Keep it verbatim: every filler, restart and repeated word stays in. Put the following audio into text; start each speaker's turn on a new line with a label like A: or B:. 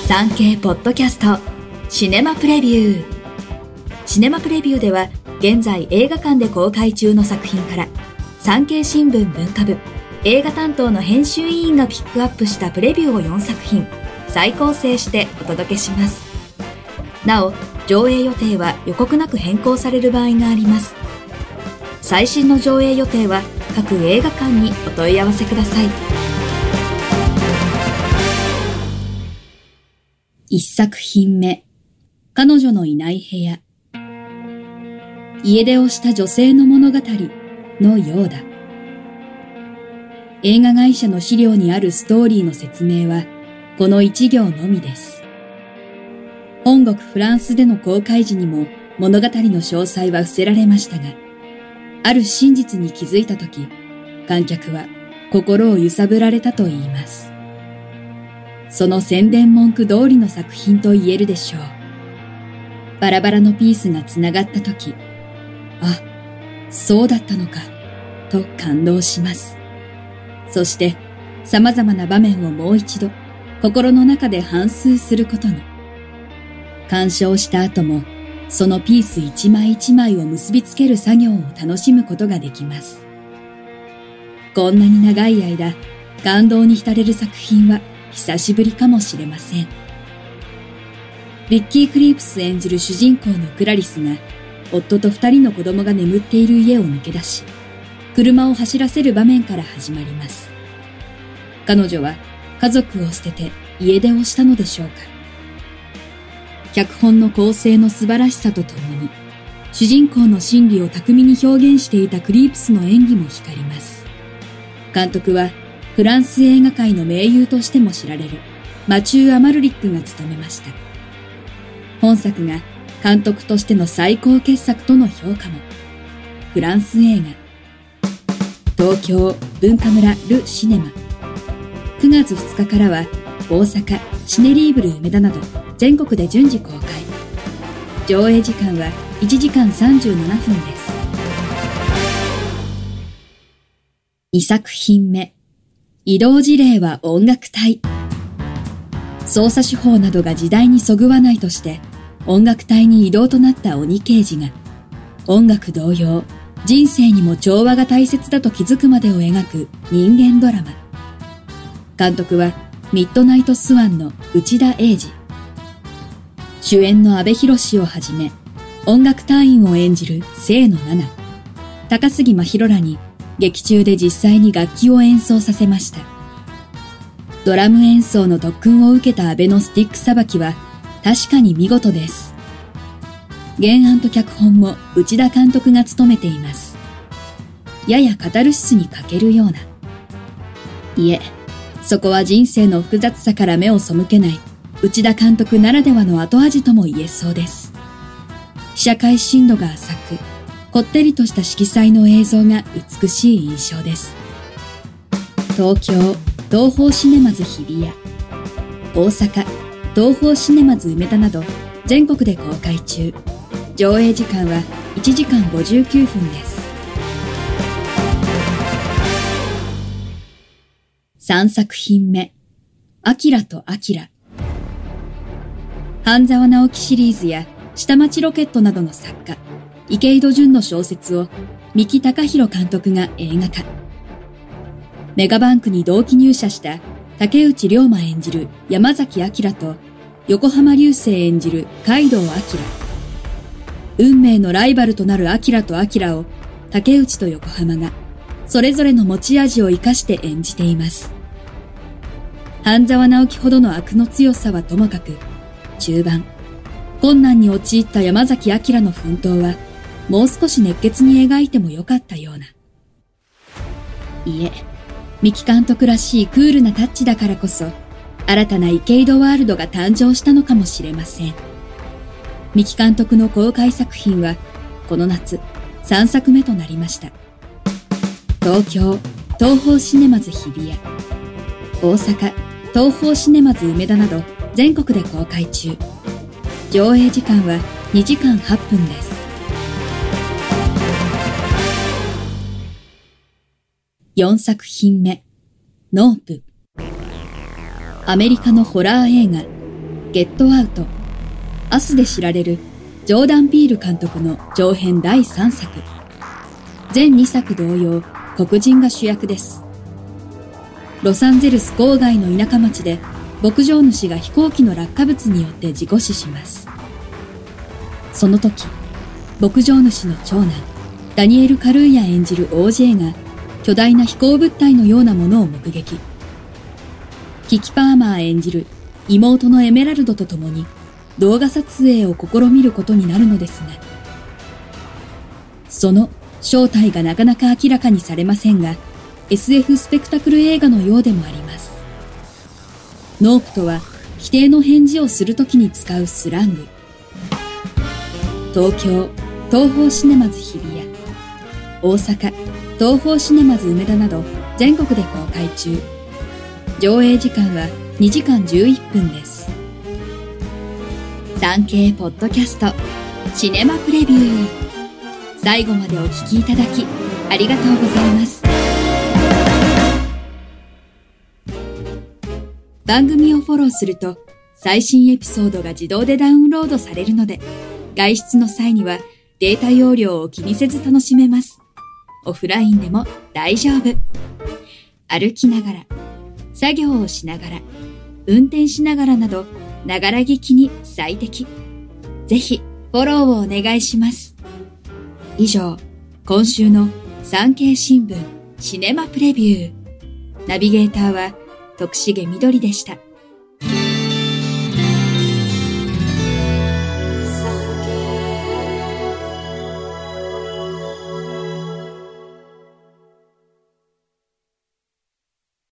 A: サンケー ポッドキャストシネマプレビュー。シネマプレビューでは現在映画館で公開中の作品から産経新聞文化部映画担当の編集委員がピックアップしたプレビューをよんさく品再構成してお届けします。なお、上映予定は予告なく変更される場合があります。最新の上映予定は各映画館にお問い合わせください。一作品目、彼女のいない部屋。家出をした女性の物語のようだ。映画会社の資料にあるストーリーの説明はこの一行のみです。本国フランスでの公開時にも物語の詳細は伏せられましたが、ある真実に気づいたとき、観客は心を揺さぶられたと言います。その宣伝文句通りの作品と言えるでしょう。バラバラのピースがつながったとき、あ、そうだったのか、と感動します。そして、様々な場面をもう一度、心の中で反芻することに。鑑賞した後も、そのピース一枚一枚を結びつける作業を楽しむことができます。こんなに長い間、感動に浸れる作品は久しぶりかもしれません。リッキー・クリープス演じる主人公のクラリスが、夫と二人の子供が眠っている家を抜け出し、車を走らせる場面から始まります。彼女は家族を捨てて家出をしたのでしょうか。脚本の構成の素晴らしさとともに、主人公の心理を巧みに表現していたクリープスの演技も光ります。監督はフランス映画界の名優としても知られるマチュー・アマルリックが務めました。本作が監督としての最高傑作との評価も。フランス映画東京文化村ル・シネマ。くがつふつかからは大阪シネリーブル梅田など全国で順次公開。上映時間はいちじかんさんじゅうななふんです。にさく品目、移動辞令は音楽隊。捜査手法などが時代にそぐわないとして音楽隊に異動となった鬼刑事が、音楽同様人生にも調和が大切だと気づくまでを描く人間ドラマ。監督はミッドナイトスワンの内田英二。主演の阿部寛をはじめ、音楽隊員を演じる清野菜名、高杉真宙らに劇中で実際に楽器を演奏させました。ドラム演奏の特訓を受けた阿部のスティックさばきは確かに見事です。原案と脚本も内田監督が務めています。ややカタルシスに欠けるような。いえ、そこは人生の複雑さから目を背けない内田監督ならではの後味とも言えそうです。試写会深度が浅く、こってりとした色彩の映像が美しい印象です。東京、東宝シネマズ日比谷、大阪、東宝シネマズ梅田など全国で公開中。上映時間はいちじかんごじゅうきゅうふんです。さんさく品目、アキラとアキラ。半沢直樹シリーズや下町ロケットなどの作家、池井戸潤の小説を三木孝弘監督が映画化。メガバンクに同期入社した竹内涼真演じる山崎明と横浜流星演じる海道明。運命のライバルとなる明と明を竹内と横浜がそれぞれの持ち味を生かして演じています。半沢直樹ほどの悪の強さはともかく、中盤、困難に陥った山崎明の奮闘はもう少し熱血に描いてもよかったような。いえ、三木監督らしいクールなタッチだからこそ、新たな池井戸ワールドが誕生したのかもしれません。三木監督の公開作品は、この夏、さんさくめとなりました。東京、東宝シネマズ日比谷、大阪、東宝シネマズ梅田など全国で公開中。上映時間はにじかんはっぷんです。よんさく品目、ノープ。アメリカのホラー映画、 ゲットアウト、アスで知られるジョーダン・ピール監督の長編だいさんさく。全にさく同様、黒人が主役です。ロサンゼルス郊外の田舎町で牧場主が飛行機の落下物によって事故死します。その時、牧場主の長男、ダニエル・カルーヤ演じる オージェー が巨大な飛行物体のようなものを目撃。キキ・パーマー演じる妹のエメラルドと共に動画撮影を試みることになるのですが、その正体がなかなか明らかにされませんが、エスエフ スペクタクル映画のようでもあります。ノープとは否定の返事をするときに使うスラング。東京、東宝シネマズ日比谷、大阪、東宝シネマズ梅田など全国で公開中。上映時間はにじかんじゅういっぷんです。サンケイポッドキャストシネマプレビュー。最後までお聞きいただきありがとうございます。番組をフォローすると最新エピソードが自動でダウンロードされるので、外出の際にはデータ容量を気にせず楽しめます。オフラインでも大丈夫。歩きながら、作業をしながら、運転しながらなど、ながら聞きに最適。ぜひフォローをお願いします。以上、今週の産経新聞シネマプレビュー。ナビゲーターは徳重みどりでした。